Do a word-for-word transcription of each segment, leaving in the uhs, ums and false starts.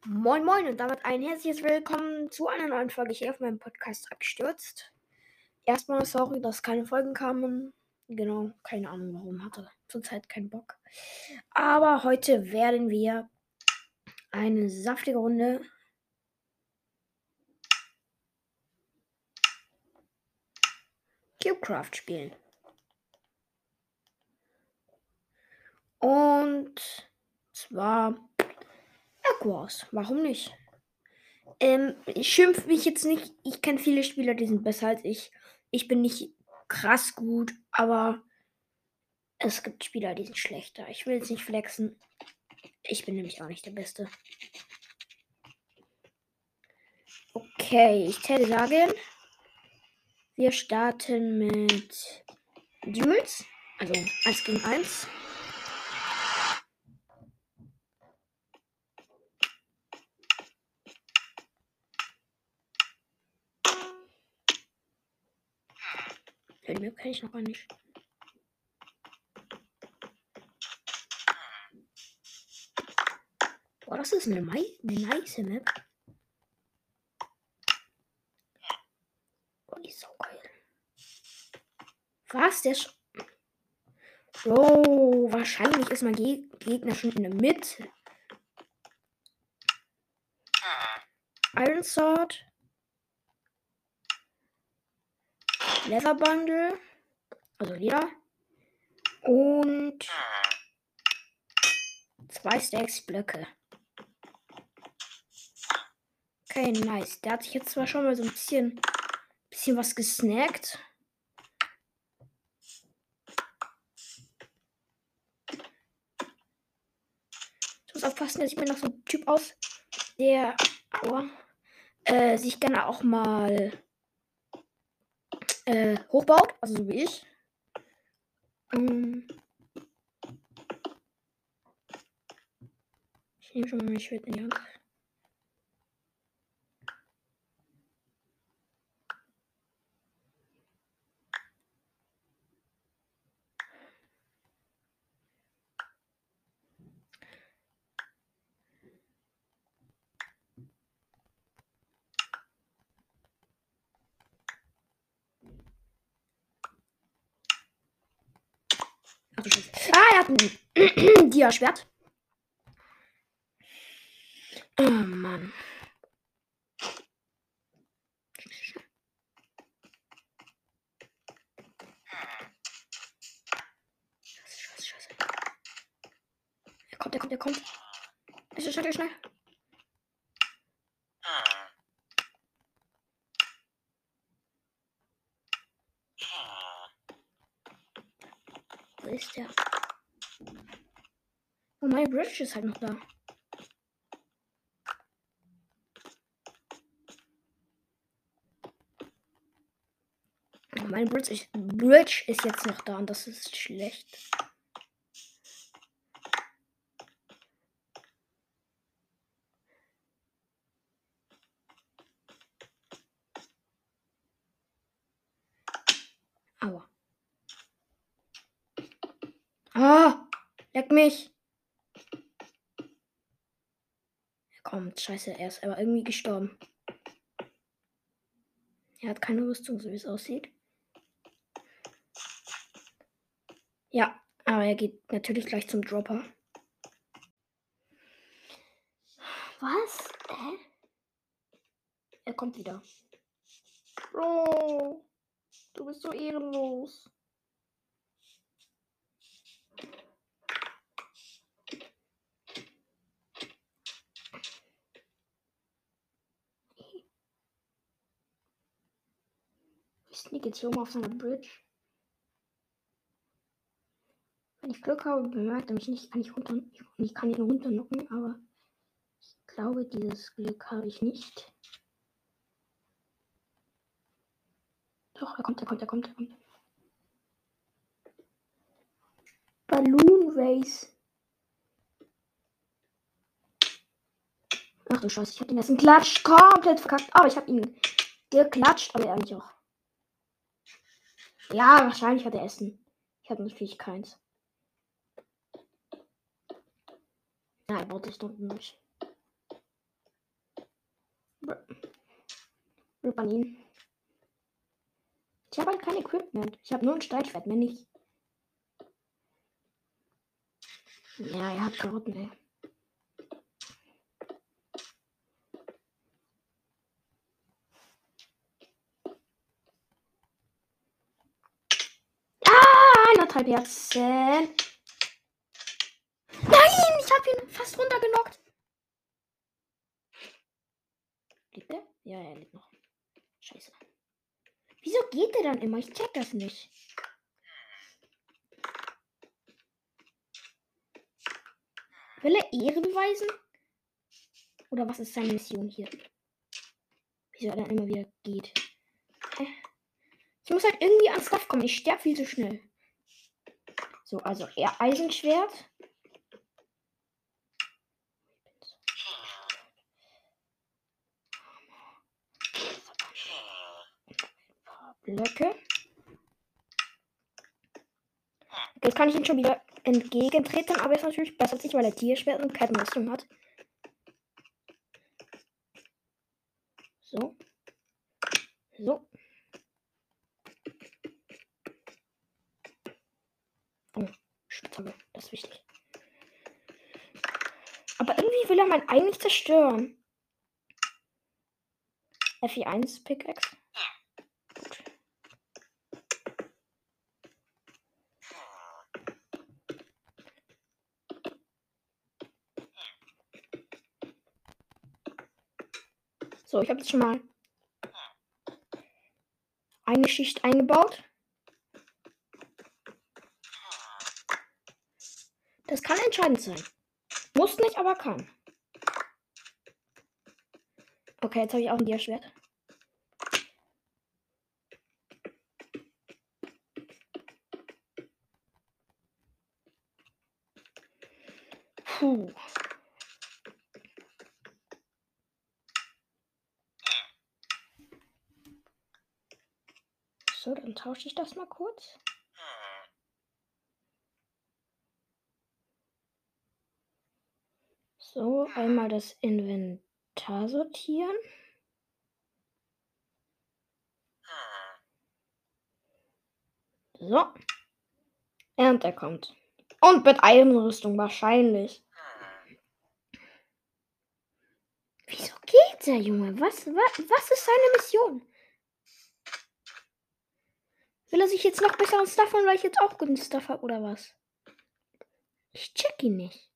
Moin Moin und damit ein herzliches Willkommen zu einer neuen Folge hier auf meinem Podcast Abgestürzt. Erstmal sorry, dass keine Folgen kamen. Genau, keine Ahnung warum, hatte zurzeit keinen Bock. Aber heute werden wir eine saftige Runde Cubecraft spielen. Und zwar Egg Wars. Warum nicht? Ähm, ich schimpfe mich jetzt nicht. Ich kenne viele Spieler, die sind besser als ich. Ich bin nicht krass gut, aber es gibt Spieler, die sind schlechter. Ich will jetzt nicht flexen. Ich bin nämlich auch nicht der Beste. Okay, ich hätte sagen, wir starten mit Duels. Also eins gegen eins. Den Map kenne ich noch gar nicht. Boah, das ist eine, eine nice Map. Boah, die ist so geil. Was? Der ist. Bro, wahrscheinlich ist mein Ge Gegner schon in der Mitte. Iron Sword. Leather Bundle. Also Leder. Und zwei Stacks Blöcke. Okay, nice. Der hat sich jetzt zwar schon mal so ein bisschen, bisschen was gesnackt. Ich muss aufpassen, der sieht mir noch so ein Typ aus, der aua, äh, sich gerne auch mal äh, hochbaut. Also so wie ich. Ähm, ich nehme schon mal mein Schwert in die Hand. Ach du Scheiße. Ah, er hat ein Dia-Schwert. Oh Mann. Scheiße, scheiße, scheiße. Er kommt, er kommt, er kommt. Schnell, schnell, schnell. Wo ist der? Oh, meine Bridge ist halt noch da. Oh, meine Bridge ist, Bridge ist jetzt noch da und das ist schlecht. Aua. Ah, leck mich. Er kommt, scheiße, er ist aber irgendwie gestorben. Er hat keine Rüstung, so wie es aussieht. Ja, aber er geht natürlich gleich zum Dropper. Was? Hä? Er kommt wieder. Bro, du bist so ehrenlos. Ich sneak jetzt hier oben auf seiner Bridge. Wenn ich Glück habe, bemerkt er mich nicht, kann ich runter. Ich kann ihn runternocken, aber ich glaube, dieses Glück habe ich nicht. Doch, er kommt, er kommt, er kommt, er kommt. Balloon Race. Ach du Scheiße, ich hab den ersten Klatsch komplett verkackt. Aber ich hab ihn geklatscht, aber er nicht auch. Ja, wahrscheinlich hat er Essen. Ich habe natürlich keins. Ja, er baut sich da unten durch. Rip an ihn. Ich habe halt kein Equipment. Ich habe nur ein Streitschwert, mehr nicht. Ja, er hat Karotten, ey. Ah, eineinhalb Herzen. Nein, ich habe ihn fast runtergenockt. Lebt der? Ja, er lebt noch. Scheiße. Wieso geht der dann immer? Ich check das nicht. Will er Ehre beweisen? Oder was ist seine Mission hier? Wieso er dann immer wieder geht? Hä? Ich muss halt irgendwie ans Stuff kommen. Ich sterbe viel zu schnell. So, also er Eisenschwert. Blöcke. Jetzt kann ich ihn schon wieder entgegentreten, aber er ist natürlich besser als ich, weil er Tierschwert und keine Rüstung hat. So. So. Oh, Spitzhacke, das ist wichtig. Aber irgendwie will er mein Ei nicht zerstören. F eins Pickaxe. Gut. So, ich habe jetzt schon mal eine Schicht eingebaut. Das kann entscheidend sein. Muss nicht, aber kann. Okay, jetzt habe ich auch ein Diaschwert. Puh. So, dann tausche ich das mal kurz. So, einmal das Inventar sortieren. So. Und er kommt. Und mit Eisenrüstung wahrscheinlich. Wieso geht der Junge? Was, was, was ist seine Mission? Will er sich jetzt noch besseren Stuff holen, weil ich jetzt auch guten Stuff habe oder was? Ich check ihn nicht.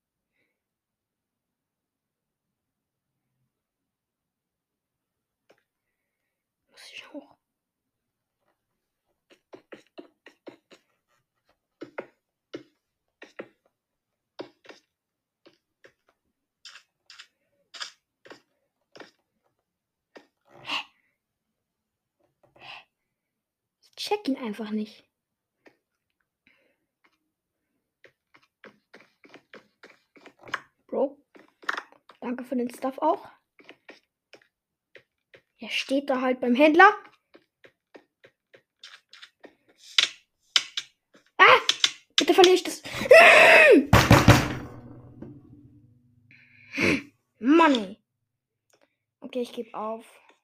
Muss ich hoch. Ich check ihn einfach nicht. Bro. Danke für den Stuff auch. Er steht da halt beim Händler. Ah! Bitte verliere ich das. Mann, ey. Okay, ich gebe auf.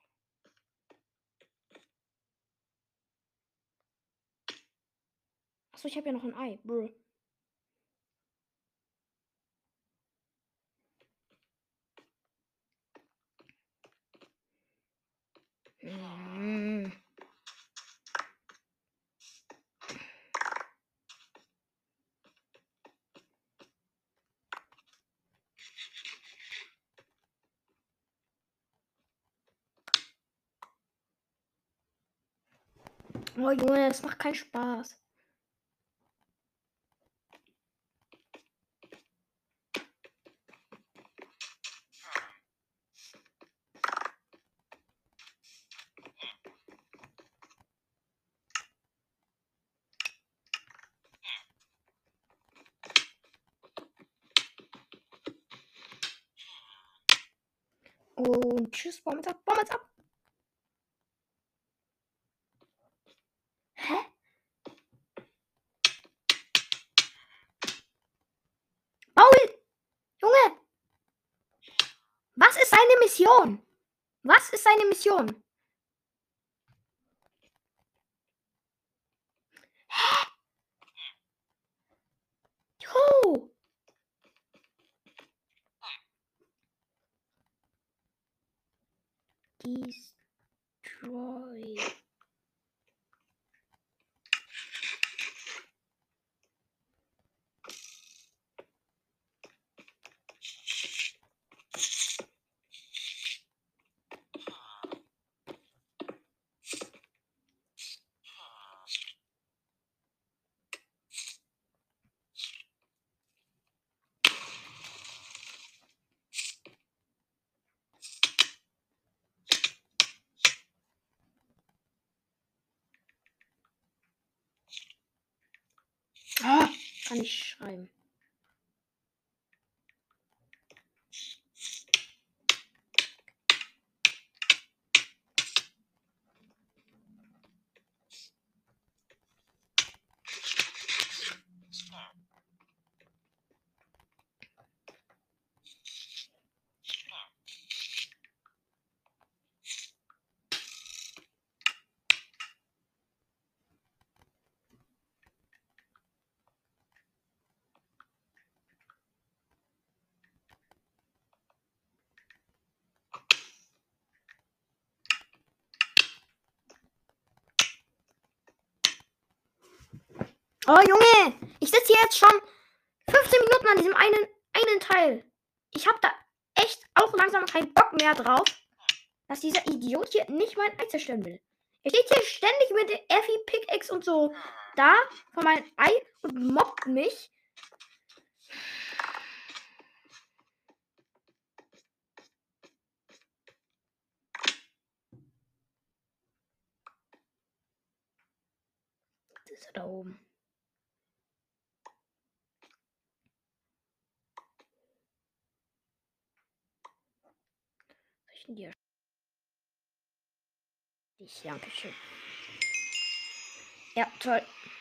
Achso, ich habe ja noch ein Ei. Brr. Mm. Oh Junge, das macht keinen Spaß. Und tschüss, bauen wir uns ab, bauen wir uns ab. Hä? Paul! Junge! Was ist seine Mission? Was ist seine Mission? Hä? Jo! Destroy. Ah, kann ich schreiben. Oh Junge, ich sitze hier jetzt schon fünfzehn Minuten an diesem einen, einen Teil. Ich habe da echt auch langsam keinen Bock mehr drauf, dass dieser Idiot hier nicht mein Ei zerstören will. Er steht hier ständig mit der Effi Pickaxe und so da vor meinem Ei und mobbt mich. Das ist er da oben. Was soll ich denn dir? Ich danke schön. Ja, toll.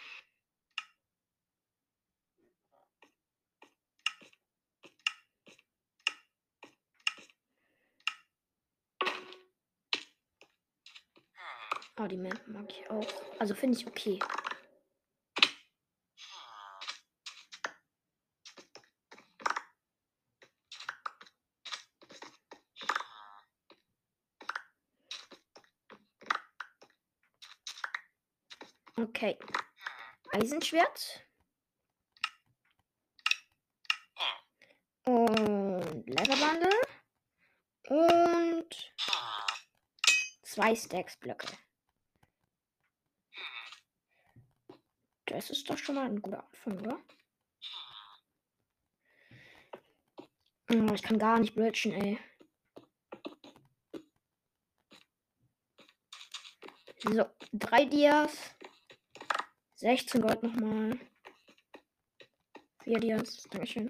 Oh, die Map mag ich auch. Also finde ich okay. Okay. Eisenschwert. Und Leverbundle. Und zwei Stacks Blöcke. Das ist doch schon mal ein guter Anfang, oder? Oh, ich kann gar nicht bridgen, ey. So, drei Dias. sechzehn Gold nochmal. vier Dias. Dankeschön.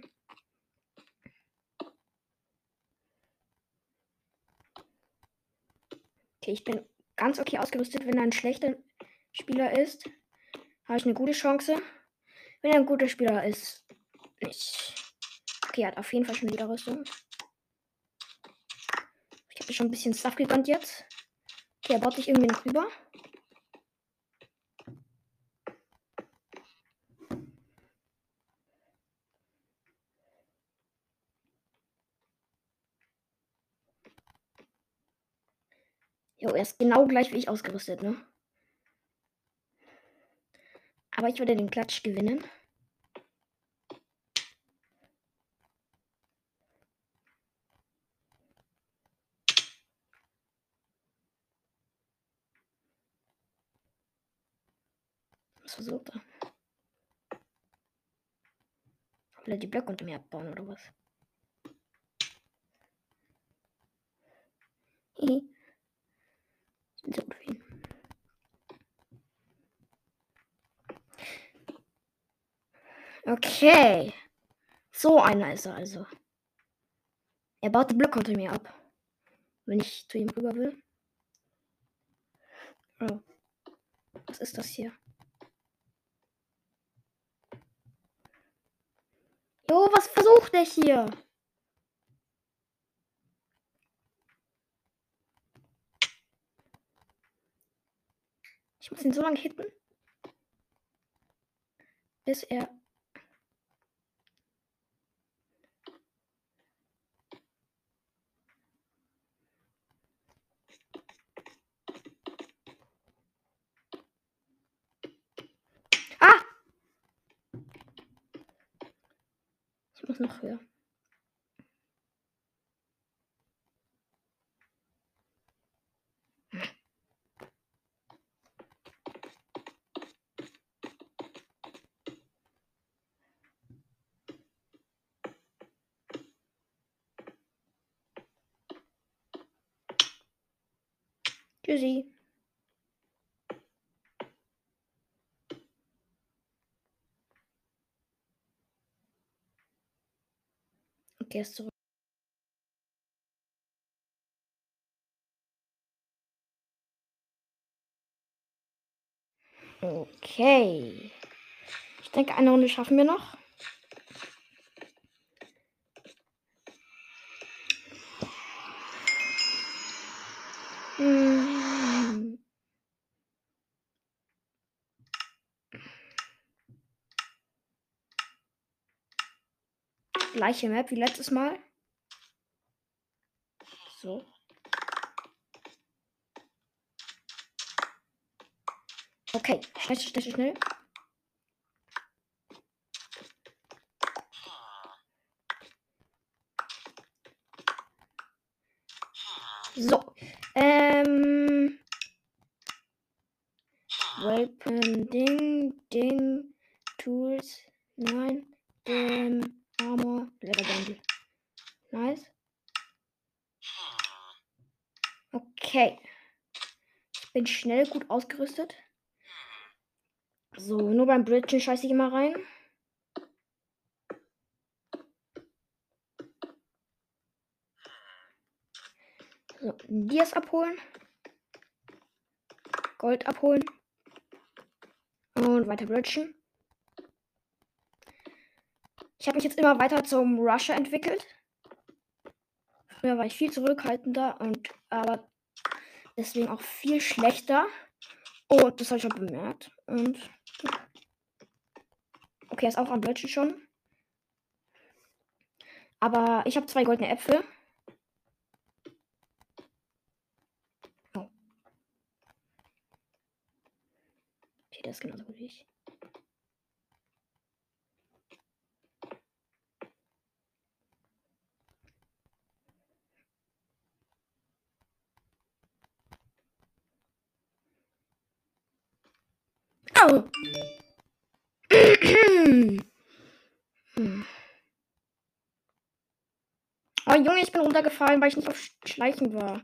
Okay, ich bin ganz okay ausgerüstet. Wenn er ein schlechter Spieler ist, habe ich eine gute Chance. Wenn er ein guter Spieler ist, nicht. Okay, er hat auf jeden Fall schon wieder Rüstung. Ich habe schon ein bisschen Stuff gegönnt jetzt. Okay, er baut sich irgendwie noch rüber. Jo, er ist genau gleich wie ich ausgerüstet, ne? Aber ich würde den Klatsch gewinnen. Was versucht er? Will er die Blöcke unter mir abbauen oder was? Hihi. Ich bin so gut für ihn. Okay. So einer ist er also. Er baut die Blöcke unter mir ab. Wenn ich zu ihm rüber will. Oh. Was ist das hier? Jo, was versucht der hier? Ich muss ihn so lange hitten, bis er... Ah! Ich muss noch höher. Tschüssi. Okay, er ist zurück. Okay. Ich denke, eine Runde schaffen wir noch. Hm. Gleiche Map wie letztes Mal. So. Okay, schnell, schnell, schnell, schnell. So. Ähm. Weapon, Ding, Ding, Tools, nein, ähm, Armor, Leather Bundle. Nice. Okay. Ich bin schnell gut ausgerüstet. So, nur beim Bridgen scheiße ich immer rein. So, Dias abholen. Gold abholen. Und weiter bridgen. Ich habe mich jetzt immer weiter zum Rusher entwickelt. Früher war ich viel zurückhaltender und aber deswegen auch viel schlechter. Oh, das habe ich auch bemerkt. Und okay, er ist auch am Bridgen schon. Aber ich habe zwei goldene Äpfel. Oh. Okay, der ist genauso gut wie ich. Au! hm. Oh Junge, ich bin runtergefallen, weil ich nicht auf Schleichen war.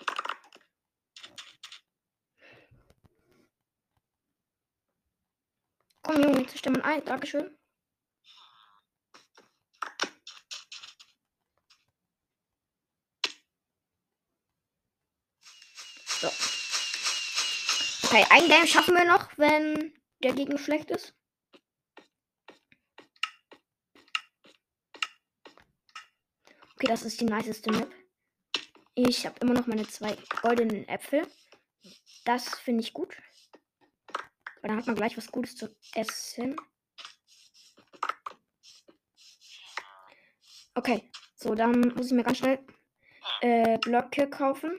Komm Junge, jetzt stimmen ein. Dankeschön. So. Okay, ein Game schaffen wir noch, wenn der Gegner schlecht ist. Okay, das ist die niceste Map. Ich habe immer noch meine zwei goldenen Äpfel. Das finde ich gut. Weil dann hat man gleich was Gutes zu essen. Okay, so, dann muss ich mir ganz schnell äh, Blöcke kaufen.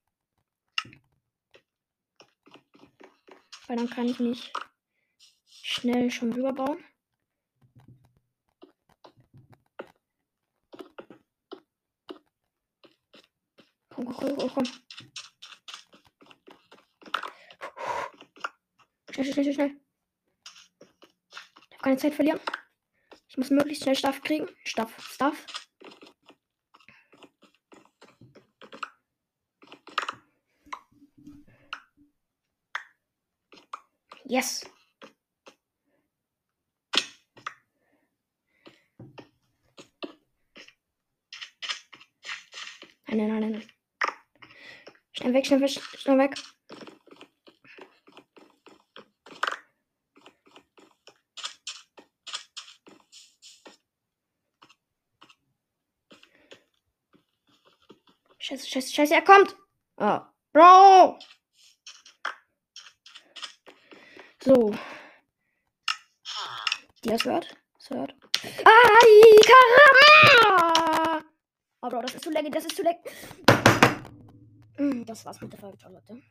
Weil dann kann ich mich schnell schon rüberbauen. Komm, komm, komm, komm, komm. Schnell, schnell, schnell, schnell. Ich darf keine Zeit verlieren. Ich muss möglichst schnell Stuff kriegen. Stuff, Stuff. Yes. Nein, nein, nein, nein. Schnell weg, schnell weg, schnell weg. Scheiße, scheiße, scheiße, er kommt. Oh. Bro. So. Die das hört. Das hört. Ai, Karama! Oh, Bro, das ist zu lecker, das ist zu lecker. Das war's mit der Folge, Leute.